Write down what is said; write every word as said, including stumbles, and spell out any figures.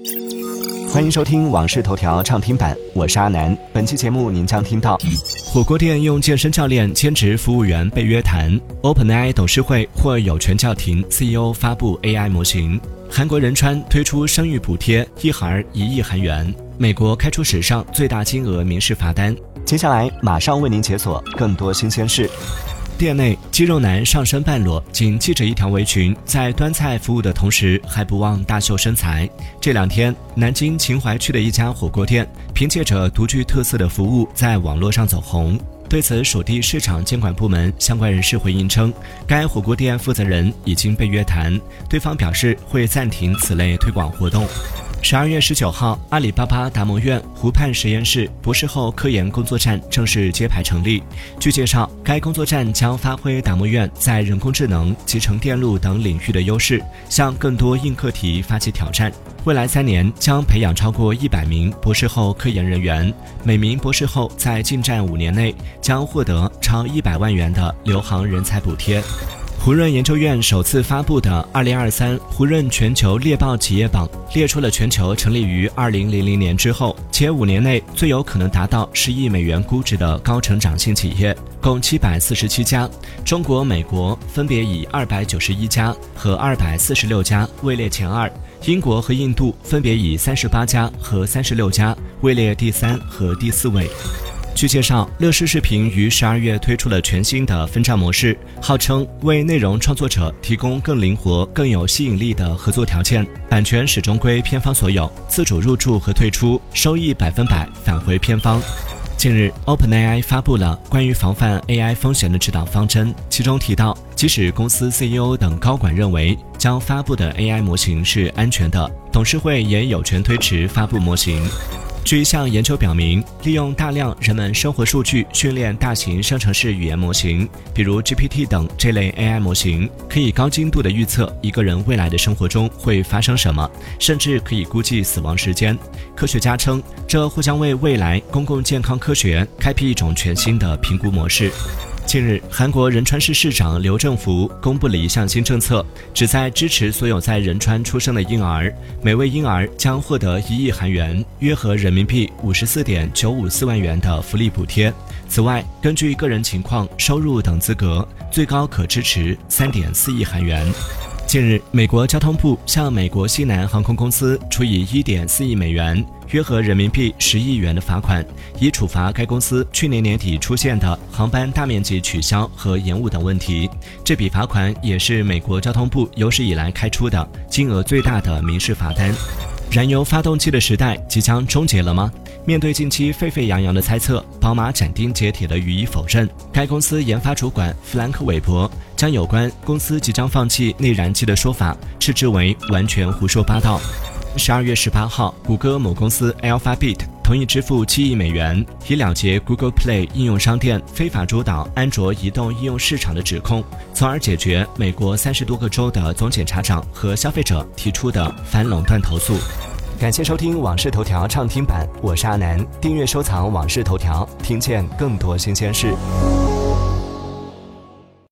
欢迎收听《往事头条》畅听版，我是阿南。本期节目您将听到：火锅店用健身教练兼职服务员被约谈 ；OpenAI 董事会或有权叫停 C E O 发布 A I 模型；韩国仁川推出生育补贴，一孩一亿韩元；美国开出史上最大金额民事罚单。接下来马上为您解锁更多新鲜事。店内肌肉男上身半裸，仅系着一条围裙，在端菜服务的同时还不忘大秀身材。这两天，南京秦淮区的一家火锅店凭借着独具特色的服务在网络上走红。对此，属地市场监管部门相关人士回应称，该火锅店负责人已经被约谈，对方表示会暂停此类推广活动。十二月十九号，阿里巴巴达摩院湖畔实验室博士后科研工作站正式揭牌成立。据介绍，该工作站将发挥达摩院在人工智能、集成电路等领域的优势，向更多硬课题发起挑战。未来三年将培养超过一百名博士后科研人员，每名博士后在进站五年内将获得超一百万元的留行人才补贴。胡润研究院首次发布的二零二三胡润全球猎豹企业榜列出了全球成立于二零零零年之后且五年内最有可能达到十亿美元估值的高成长性企业，共七百四十七家，中国、美国分别以二百九十一家和二百四十六家位列前二，英国和印度分别以三十八家和三十六家位列第三和第四位。据介绍，乐视视频于十二月推出了全新的分账模式，号称为内容创作者提供更灵活、更有吸引力的合作条件，版权始终归片方所有，自主入驻和退出，收益百分百返回片方。近日 ，OpenAI 发布了关于防范 A I 风险的指导方针，其中提到，即使公司 C E O 等高管认为将发布的 A I 模型是安全的，董事会也有权推迟发布模型。据一项研究表明，利用大量人们生活数据训练大型生成式语言模型，比如 G P T 等这类 A I 模型，可以高精度地预测一个人未来的生活中会发生什么，甚至可以估计死亡时间。科学家称，这或将为未来公共健康科学开辟一种全新的评估模式。近日，韩国仁川市市长刘正福公布了一项新政策，旨在支持所有在仁川出生的婴儿，每位婴儿将获得一亿韩元，约合人民币五十四点九五四万元的福利补贴。此外，根据个人情况、收入等资格，最高可支持三点四亿韩元。近日，美国交通部向美国西南航空公司处以一点四亿美元，约合人民币十亿元的罚款，以处罚该公司去年年底出现的航班大面积取消和延误等问题。这笔罚款也是美国交通部有史以来开出的金额最大的民事罚单。燃油发动机的时代即将终结了吗？面对近期沸沸扬扬的猜测，宝马斩钉截铁地予以否认。该公司研发主管弗兰克·韦伯将有关公司即将放弃内燃机的说法斥之为完全胡说八道。十二月十八号，谷歌母公司 Alphabet 同意支付七亿美元，以了结 Google Play 应用商店非法主导安卓移动应用市场的指控，从而解决美国三十多个州的总检察长和消费者提出的反垄断投诉。感谢收听《往事头条》畅听版，我是阿南，订阅收藏《往事头条》，听见更多新鲜事。